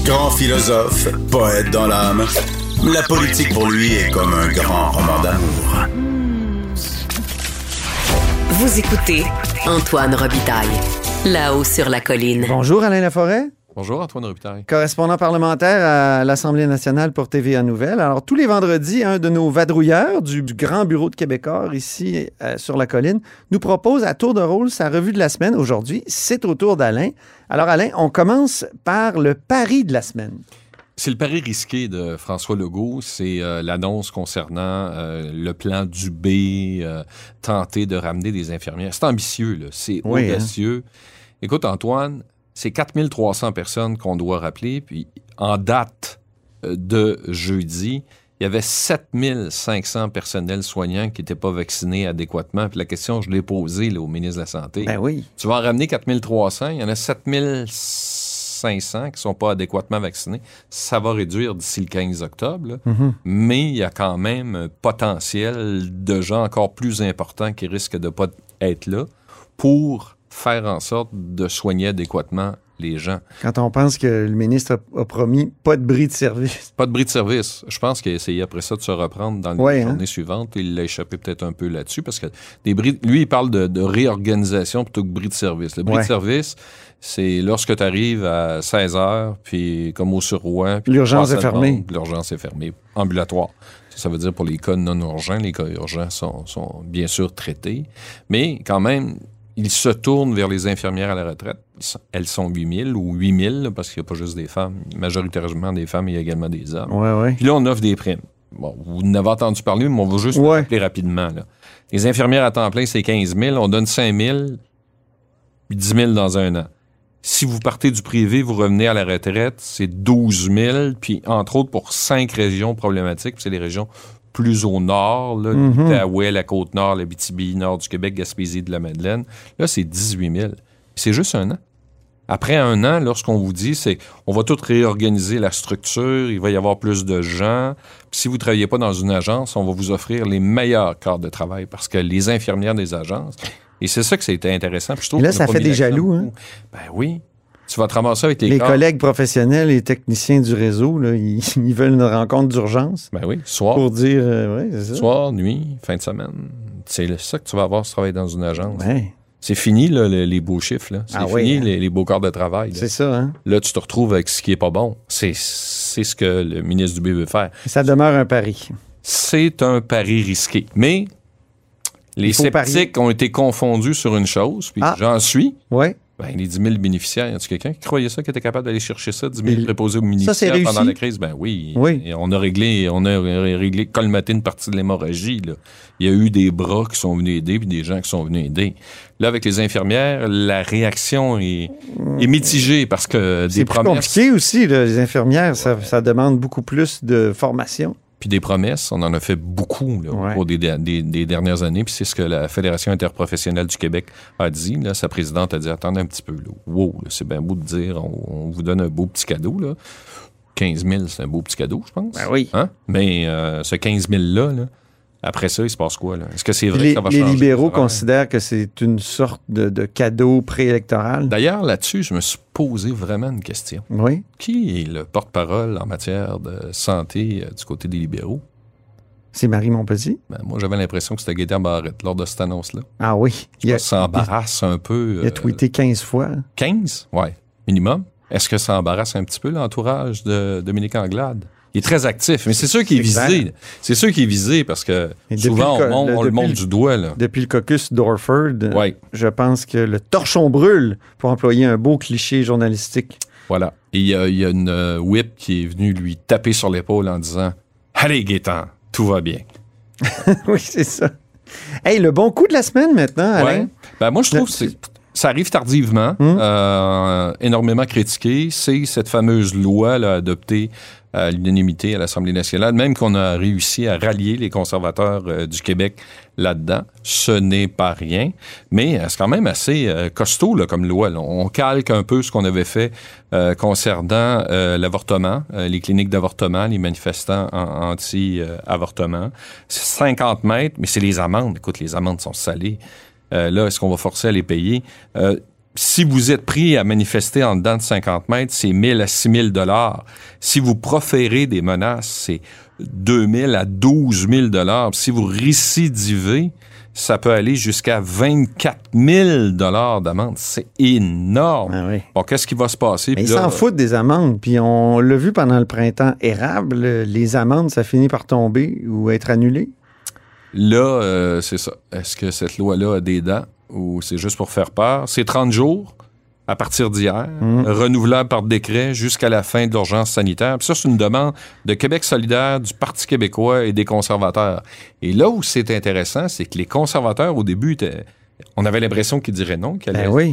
Grand philosophe, poète dans l'âme, la politique pour lui est comme un grand roman d'amour. Vous écoutez Antoine Robitaille, là-haut sur la colline. Bonjour Alain Laforêt. Bonjour Antoine Robitaille. Correspondant parlementaire à l'Assemblée nationale pour TVA Nouvelles. Alors, tous les vendredis, un de nos vadrouilleurs du Grand Bureau de Québécois, ici sur la colline, nous propose à tour de rôle sa revue de la semaine. Aujourd'hui, c'est au tour d'Alain. Alors Alain, on commence par le pari de la semaine. C'est le pari risqué de François Legault. C'est l'annonce concernant le plan Dubé, tenter de ramener des infirmières. C'est ambitieux, là. C'est audacieux. Écoute, Antoine, c'est 4300 personnes qu'on doit rappeler. Puis, en date de jeudi, il y avait 7500 personnels soignants qui n'étaient pas vaccinés adéquatement. Puis la question, je l'ai posée là, au ministre de la Santé. Ben oui. Tu vas en ramener 4300, il y en a 7500 qui ne sont pas adéquatement vaccinés. Ça va réduire d'ici le 15 octobre. Là. Mm-hmm. Mais il y a quand même un potentiel de gens encore plus importants qui risquent de ne pas être là pour faire en sorte de soigner adéquatement les gens. Quand on pense que le ministre a promis pas de bris de service. Pas de bris de service. Je pense qu'il a essayé après ça de se reprendre dans les journées suivantes. Il l'a échappé peut-être un peu là-dessus parce que des bris, lui, il parle de réorganisation plutôt que bris de service. Le bris de service, c'est lorsque tu arrives à 16 heures, puis comme au Suroît. L'urgence est fermée. L'urgence est fermée. Ambulatoire. Ça veut dire pour les cas non urgents. Les cas urgents sont bien sûr traités. Mais quand même, il se tourne vers les infirmières à la retraite. Elles sont 8000 ou 8000, parce qu'il n'y a pas juste des femmes. Majoritairement des femmes, il y a également des hommes. Ouais. Puis là, on offre des primes. Bon, vous en avez entendu parler, mais on va juste rappeler rapidement. Là. Les infirmières à temps plein, c'est 15 000. On donne 5 000, puis 10 000 dans un an. Si vous partez du privé, vous revenez à la retraite, c'est 12 000. Puis, entre autres, pour 5 régions problématiques, puis c'est les régions plus au nord, là, l'Outaouais, la Côte-Nord, l'Abitibi, nord du Québec, Gaspésie, de la Madeleine. Là, c'est 18 000. C'est juste un an. Après un an, lorsqu'on vous dit, c'est on va tout réorganiser la structure, il va y avoir plus de gens. Puis si vous ne travaillez pas dans une agence, on va vous offrir les meilleurs cadres de travail parce que les infirmières des agences, et c'est ça que c'était intéressant. Puis je trouve et là, ça fait des jaloux, hein? Ben oui. Tu vas te ramasser avec les collègues professionnels et techniciens du réseau, là, ils veulent une rencontre d'urgence. Ben oui, soir. Pour dire, c'est ça. Soir, nuit, fin de semaine. C'est ça que tu vas avoir si tu travailles dans une agence. Ouais. C'est fini, là, les beaux chiffres. Là. C'est fini, hein? les beaux corps de travail. Là. C'est ça, hein? Là, tu te retrouves avec ce qui est pas bon. C'est ce que le ministre Dubé veut faire. Ça demeure un pari. C'est un pari risqué. Mais les sceptiques ont été confondus sur une chose, puis j'en suis. Oui. Ben, les 10 000 bénéficiaires, y a-t-il quelqu'un qui croyait ça, qui était capable d'aller chercher ça, 10 000 préposés aux bénéficiaires pendant la crise? Ben oui. Et on a réglé, colmaté une partie de l'hémorragie. Là. Il y a eu des bras qui sont venus aider, puis des gens qui sont venus aider. Là, avec les infirmières, la réaction est mitigée parce que des promesses... C'est compliqué aussi, là, les infirmières, ça demande beaucoup plus de formation. Puis des promesses, on en a fait beaucoup là, au cours des dernières années. Puis c'est ce que la Fédération interprofessionnelle du Québec a dit. Là, sa présidente a dit, attendez un petit peu. Là. Wow, là, c'est bien beau de dire, on vous donne un beau petit cadeau. Là. 15 000, c'est un beau petit cadeau, je pense. Ben oui. Hein? Mais ce 15 000-là, là, après ça, il se passe quoi? Là? Est-ce que c'est vrai que ça va changer? Les libéraux considèrent que c'est une sorte de cadeau préélectoral. D'ailleurs, là-dessus, je me suis posé vraiment une question. Oui. Qui est le porte-parole en matière de santé du côté des libéraux? C'est Marie Montpetit? Ben, moi, j'avais l'impression que c'était Gaétan Barrette lors de cette annonce-là. Ah oui. Il s'embarrasse un peu. Il a tweeté 15 fois. 15? Oui, minimum. Est-ce que ça embarrasse un petit peu l'entourage de Dominique Anglade? Il est très actif, mais c'est sûr qu'il est visé. C'est sûr qu'il est visé parce que souvent, on le montre du doigt. Là. Depuis le caucus d'Orford, je pense que le torchon brûle, pour employer un beau cliché journalistique. Voilà. Et il y a une whip qui est venue lui taper sur l'épaule en disant « Allez, Gaétan, tout va bien. » Oui, c'est ça. Hey, le bon coup de la semaine maintenant, Alain. Ben, moi, je trouve que ça arrive tardivement, énormément critiqué. C'est cette fameuse loi là, adoptée à l'unanimité à l'Assemblée nationale, même qu'on a réussi à rallier les conservateurs du Québec là-dedans. Ce n'est pas rien, mais c'est quand même assez costaud là, comme loi. Là. On calque un peu ce qu'on avait fait concernant l'avortement, les cliniques d'avortement, les manifestants anti-avortement. C'est 50 mètres, mais c'est les amendes. Écoute, les amendes sont salées. Là, est-ce qu'on va forcer à les payer? si vous êtes pris à manifester en dedans de 50 mètres, c'est 1 000 à 6 000 $. Si vous proférez des menaces, c'est 2 000 à 12 000 $. Si vous récidivez, ça peut aller jusqu'à 24 000 $ d'amende. C'est énorme. Ah oui. Bon, qu'est-ce qui va se passer? Mais ils s'en foutent des amendes. Puis on l'a vu pendant le printemps érable, les amendes, ça finit par tomber ou être annulé. Là, c'est ça. Est-ce que cette loi-là a des dents ou c'est juste pour faire peur? C'est 30 jours à partir d'hier, renouvelable par décret jusqu'à la fin de l'urgence sanitaire. Puis ça, c'est une demande de Québec solidaire, du Parti québécois et des conservateurs. Et là où c'est intéressant, c'est que les conservateurs, au début, on avait l'impression qu'ils diraient non,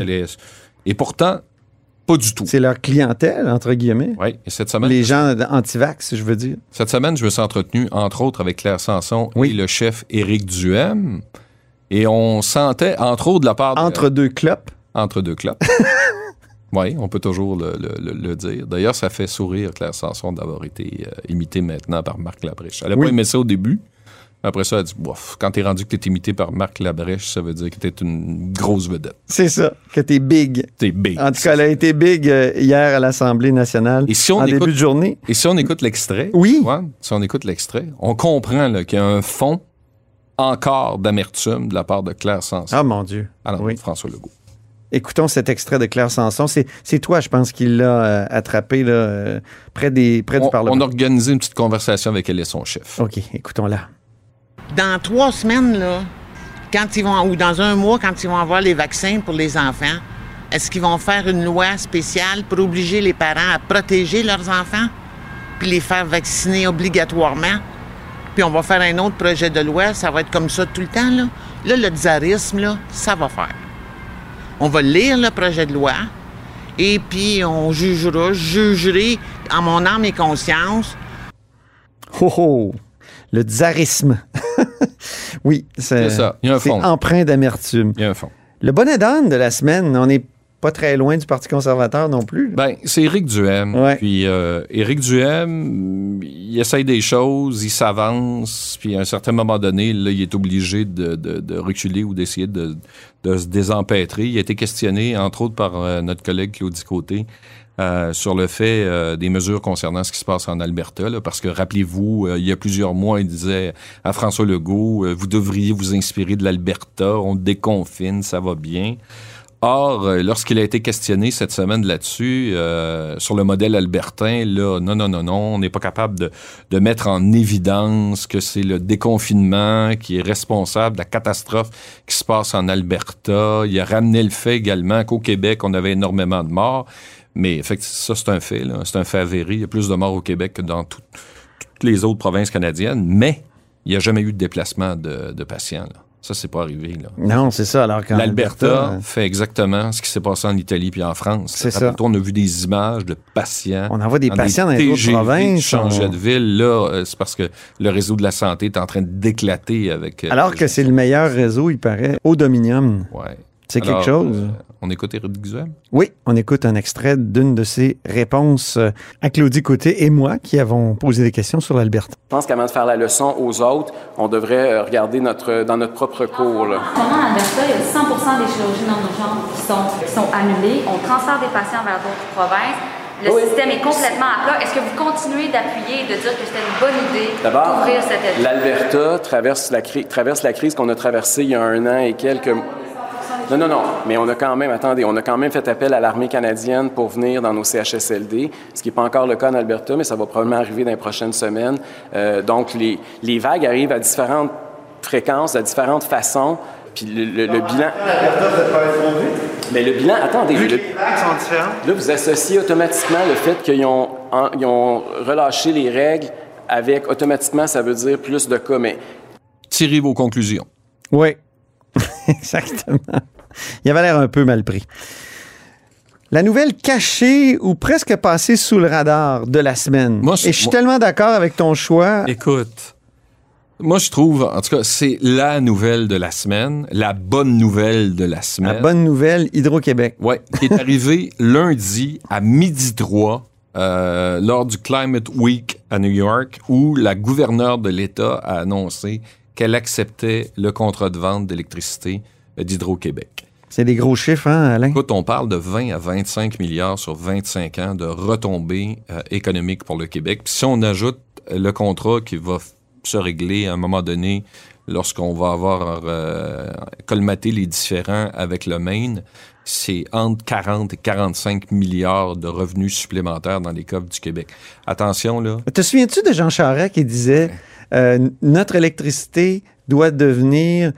et pourtant, pas du tout. C'est leur clientèle, entre guillemets. Oui, et cette semaine... Les gens anti-vax, je veux dire. Cette semaine, je me suis entretenu, entre autres, avec Claire Sanson et le chef Éric Duhem. Et on sentait, entre autres, de la part... Entre deux clopes. Entre deux clopes. Oui, on peut toujours le dire. D'ailleurs, ça fait sourire Claire Sanson d'avoir été imitée maintenant par Marc Labrèche. Elle n'a pas aimé ça au début. Après ça, elle a dit, bof, quand t'es rendu que t'es imité par Marc Labrèche, ça veut dire que t'es une grosse vedette. C'est ça, que t'es big. T'es big. En tout cas, elle a été big hier à l'Assemblée nationale, début de journée. Et si on écoute l'extrait, si on écoute l'extrait, on comprend là, qu'il y a un fond encore d'amertume de la part de Claire Sanson. Ah, mon Dieu. Alors, François Legault. Écoutons cet extrait de Claire Sanson. C'est toi, je pense, qui l'a attrapé là, près du Parlement. On a organisé une petite conversation avec elle et son chef. OK, écoutons-la. Dans 3 semaines, là, ou dans 1 mois, quand ils vont avoir les vaccins pour les enfants, est-ce qu'ils vont faire une loi spéciale pour obliger les parents à protéger leurs enfants puis les faire vacciner obligatoirement? Puis on va faire un autre projet de loi, ça va être comme ça tout le temps, là. Là, le tsarisme, là, ça va faire. On va lire le projet de loi et puis on je jugerai en mon âme et conscience. Oh oh! Le tsarisme. Oui, c'est ça. Il y a un fond. C'est empreint d'amertume. Il y a un fond. Le bonnet d'âne de la semaine, on n'est pas très loin du Parti conservateur non plus. Ben, c'est Éric Duhem. Ouais. Puis Éric Duhem, il essaye des choses, il s'avance, puis à un certain moment donné, là, il est obligé de reculer ou d'essayer de se désempêtrer. Il a été questionné, entre autres, par notre collègue Claudie Côté, sur le fait des mesures concernant ce qui se passe en Alberta, là, parce que, rappelez-vous, il y a plusieurs mois, il disait à François Legault, vous devriez vous inspirer de l'Alberta, on déconfine, ça va bien. Or, lorsqu'il a été questionné cette semaine là-dessus, sur le modèle albertain, là, non, on n'est pas capable de mettre en évidence que c'est le déconfinement qui est responsable de la catastrophe qui se passe en Alberta. Il a ramené le fait également qu'au Québec, on avait énormément de morts. Mais effectivement, ça, c'est un fait, là. C'est un fait avéré. Il y a plus de morts au Québec que dans toutes les autres provinces canadiennes. Mais il n'y a jamais eu de déplacement de patients, là. Ça, c'est pas arrivé, là. Non, c'est ça. Alors l'Alberta fait exactement ce qui s'est passé en Italie puis en France. C'est ça. On a vu des images de patients. On envoie des patients dans les autres provinces. Changeaient de ville. Là, c'est parce que le réseau de la santé est en train d'éclater avec... Alors que c'est le meilleur réseau, il paraît, au Dominium. Ouais. C'est quelque chose. On écoute Éric Duhem? Oui, on écoute un extrait d'une de ses réponses à Claudie Côté et moi qui avons posé des questions sur l'Alberta. Je pense qu'avant de faire la leçon aux autres, on devrait regarder dans notre propre cours. Là. En ce moment, en Alberta, il y a 100% des chirurgies non urgentes qui sont annulées. On transfère des patients vers d'autres provinces. Le système est complètement à plat. Est-ce que vous continuez d'appuyer et de dire que c'était une bonne idée d'ouvrir cette étude? L'Alberta traverse la crise qu'on a traversée il y a 1 an et quelques... Non, mais on a quand même fait appel à l'armée canadienne pour venir dans nos CHSLD, ce qui n'est pas encore le cas en Alberta, mais ça va probablement arriver dans les prochaines semaines. Donc, les vagues arrivent à différentes fréquences, à différentes façons, puis le bilan... Mais le bilan... Attendez... Les vagues sont différentes. Là, vous associez automatiquement le fait qu'ils ont relâché les règles avec... Automatiquement, ça veut dire plus de cas, mais... Tirez vos conclusions. Oui. Exactement. Il avait l'air un peu mal pris. La nouvelle cachée ou presque passée sous le radar de la semaine. Et je suis tellement d'accord avec ton choix. Écoute, moi je trouve, en tout cas, c'est la nouvelle de la semaine, la bonne nouvelle de la semaine. La bonne nouvelle, Hydro-Québec. Oui, qui est arrivée lundi à 12h03 lors du Climate Week à New York, où la gouverneure de l'État a annoncé qu'elle acceptait le contrat de vente d'électricité d'Hydro-Québec. C'est des gros chiffres, hein, Alain? Écoute, on parle de 20 à 25 milliards sur 25 ans de retombées économiques pour le Québec. Puis si on ajoute le contrat qui va se régler à un moment donné lorsqu'on va avoir colmaté les différends avec le Maine, c'est entre 40 et 45 milliards de revenus supplémentaires dans les coffres du Québec. Attention, là. Te souviens-tu de Jean Charest qui disait notre électricité doit devenir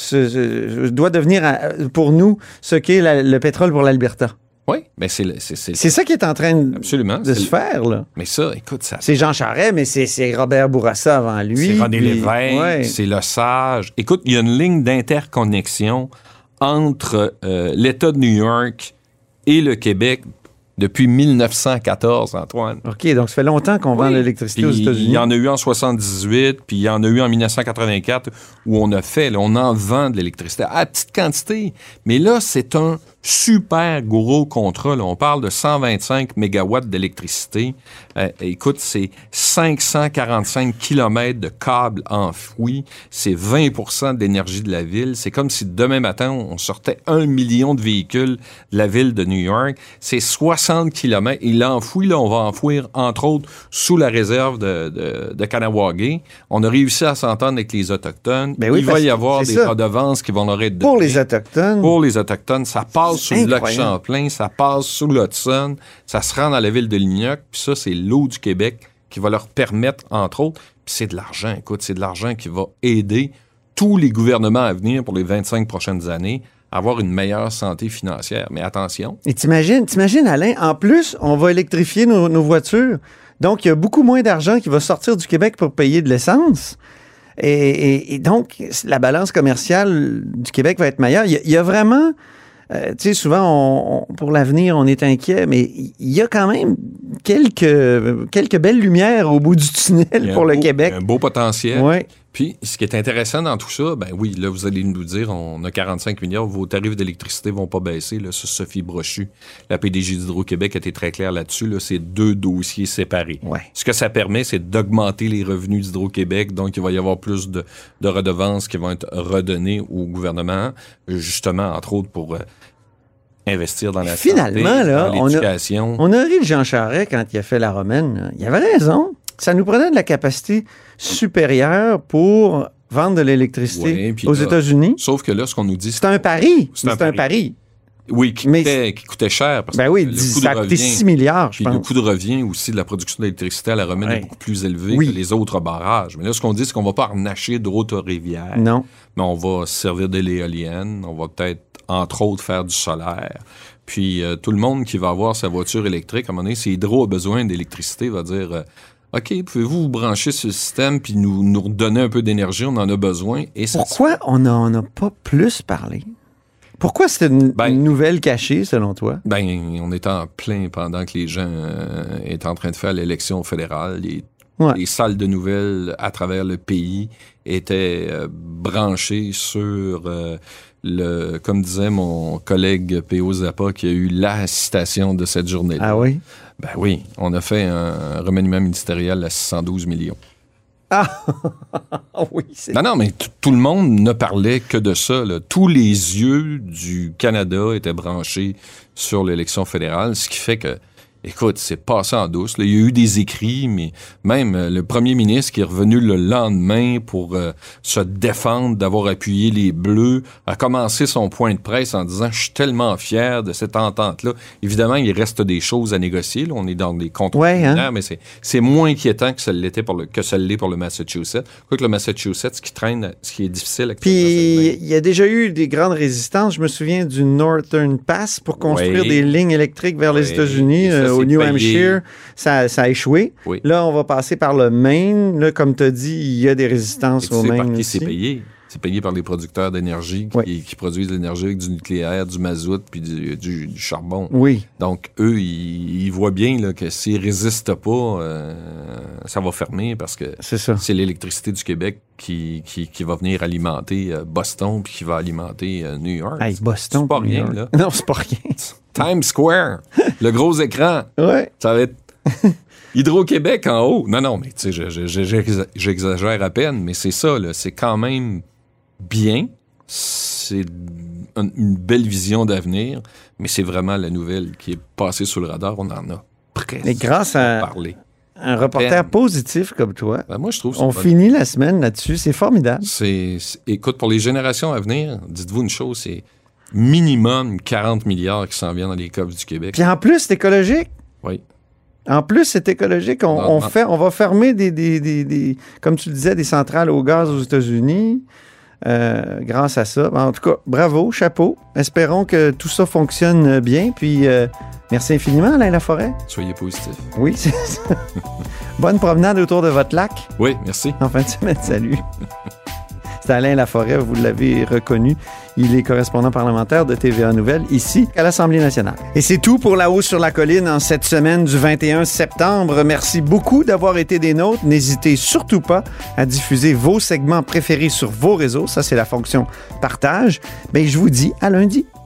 pour nous ce qu'est le pétrole pour l'Alberta? Oui, mais c'est ça qui est en train absolument, de se faire, là. Mais ça, écoute, ça... C'est Jean Charest, mais c'est Robert Bourassa avant lui. C'est René Lévesque, c'est Le Sage. Écoute, il y a une ligne d'interconnexion entre l'État de New York et le Québec depuis 1914, Antoine. OK, donc ça fait longtemps qu'on vend l'électricité aux États-Unis. Il y en a eu en 78, puis il y en a eu en 1984 où on en vend de l'électricité à petite quantité. Mais là, c'est un super gros contrat. Là. On parle de 125 mégawatts d'électricité. Écoute, c'est 545 kilomètres de câbles enfouis. C'est 20% de l'énergie de la ville. C'est comme si demain matin, on sortait 1 million de véhicules de la ville de New York. C'est 60 kilomètres. Il l'enfouit, là, on va enfouir, entre autres, sous la réserve de Kahnawake. On a réussi à s'entendre avec les Autochtones. Ben oui, il va y avoir des redevances qui vont leur être données. Pour les Autochtones. Pour les Autochtones, ça passe sous le lac Champlain, ça passe sous l'Hudson, ça se rend dans la ville de Lignac, puis ça, c'est l'eau du Québec qui va leur permettre, entre autres, puis c'est de l'argent, écoute, c'est de l'argent qui va aider tous les gouvernements à venir pour les 25 prochaines années à avoir une meilleure santé financière. Mais attention. Et t'imagines, Alain, en plus, on va électrifier nos voitures, donc il y a beaucoup moins d'argent qui va sortir du Québec pour payer de l'essence. Et donc, la balance commerciale du Québec va être meilleure. Il y a vraiment... tu sais, souvent, pour l'avenir, on est inquiet, mais il y a quand même quelques belles lumières au bout du tunnel pour le Québec. Un beau potentiel. Ouais. Puis, ce qui est intéressant dans tout ça, ben oui, là, vous allez nous dire, on a 45 milliards, vos tarifs d'électricité vont pas baisser. Là, ça, Sophie Brochu, la PDG d'Hydro-Québec, a été très claire là-dessus. Là, c'est 2 dossiers séparés. Ouais. Ce que ça permet, c'est d'augmenter les revenus d'Hydro-Québec. Donc, il va y avoir plus de redevances qui vont être redonnées au gouvernement, justement, entre autres, pour... investir dans la santé, dans l'éducation. On a ri de Jean Charest quand il a fait la romaine. Là. Il avait raison. Ça nous prenait de la capacité supérieure pour vendre de l'électricité aux États-Unis. Sauf que là, ce qu'on nous dit... C'est un pari. C'est un pari. Oui, qui coûtait cher. Parce que ça a coûté 6 milliards, je pense. Le coût de revient aussi de la production d'électricité à la romaine est beaucoup plus élevé que les autres barrages. Mais là, ce qu'on dit, c'est qu'on ne va pas renacher d'Haute-Rivière. Non. Mais on va se servir de l'éolienne. On va peut-être, entre autres, faire du solaire. Puis, tout le monde qui va avoir sa voiture électrique, à un moment donné, si Hydro a besoin d'électricité, va dire... OK, pouvez-vous vous brancher sur le système puis nous redonner un peu d'énergie? On en a besoin. Et pourquoi on n'en a pas plus parlé? Pourquoi c'était une nouvelle cachée, selon toi? On était en plein pendant que les gens étaient en train de faire l'élection fédérale. Les salles de nouvelles à travers le pays étaient branchées sur... comme disait mon collègue P.O. Zappa, qui a eu la citation de cette journée-là. Ah oui? Ben oui, on a fait un remaniement ministériel à 612 millions. Ah oui, c'est... Non, mais tout le monde ne parlait que de ça. Là. Tous les yeux du Canada étaient branchés sur l'élection fédérale, ce qui fait que, écoute, c'est passé en douce. Là. Il y a eu des écrits, mais même le premier ministre qui est revenu le lendemain pour se défendre d'avoir appuyé les Bleus a commencé son point de presse en disant « Je suis tellement fier de cette entente-là ». Évidemment, il reste des choses à négocier. Là. On est dans des contrats préliminaires, mais c'est moins inquiétant que ça l'est pour le Massachusetts. Quoique le Massachusetts, ce qui est difficile actuellement. Puis, il y a déjà eu des grandes résistances. Je me souviens du Northern Pass pour construire des lignes électriques vers les États-Unis. Au New Hampshire, ça a échoué. Oui. Là, on va passer par le Maine. Là, comme tu as dit, il y a des résistances au Maine par qui aussi. C'est payé? C'est payé par les producteurs d'énergie qui produisent de l'énergie avec du nucléaire, du mazout puis du charbon. Oui. Donc, eux, ils voient bien là, que s'ils ne résistent pas, ça va fermer parce que c'est l'électricité du Québec qui va venir alimenter Boston puis qui va alimenter New York. Hey, Boston, c'est pas rien, là. Non, c'est pas rien. Times Square, le gros écran. Ça va être Hydro-Québec en haut. Non, mais tu sais, j'exagère à peine, mais c'est ça, là. C'est quand même bien. c'est une belle vision d'avenir, mais c'est vraiment la nouvelle qui est passée sous le radar. On en a presque et grâce à parlé. Un reporter positif comme toi, moi, je trouve on finit la semaine là-dessus. C'est formidable. Écoute, pour les générations à venir, dites-vous une chose, c'est minimum 40 milliards qui s'en viennent dans les coffres du Québec. Puis en plus, c'est écologique. Oui. En plus, c'est écologique. On va fermer des, comme tu le disais, des centrales au gaz aux États-Unis grâce à ça. En tout cas, bravo, chapeau. Espérons que tout ça fonctionne bien. Puis, merci infiniment, Alain Laforêt. Soyez positif. Oui, c'est ça. Bonne promenade autour de votre lac. Oui, merci. En fin de semaine, salut. C'est Alain Laforêt, vous l'avez reconnu. Il est correspondant parlementaire de TVA Nouvelles, ici, à l'Assemblée nationale. Et c'est tout pour La Haut sur la colline en cette semaine du 21 septembre. Merci beaucoup d'avoir été des nôtres. N'hésitez surtout pas à diffuser vos segments préférés sur vos réseaux. Ça, c'est la fonction partage. Bien, je vous dis à lundi.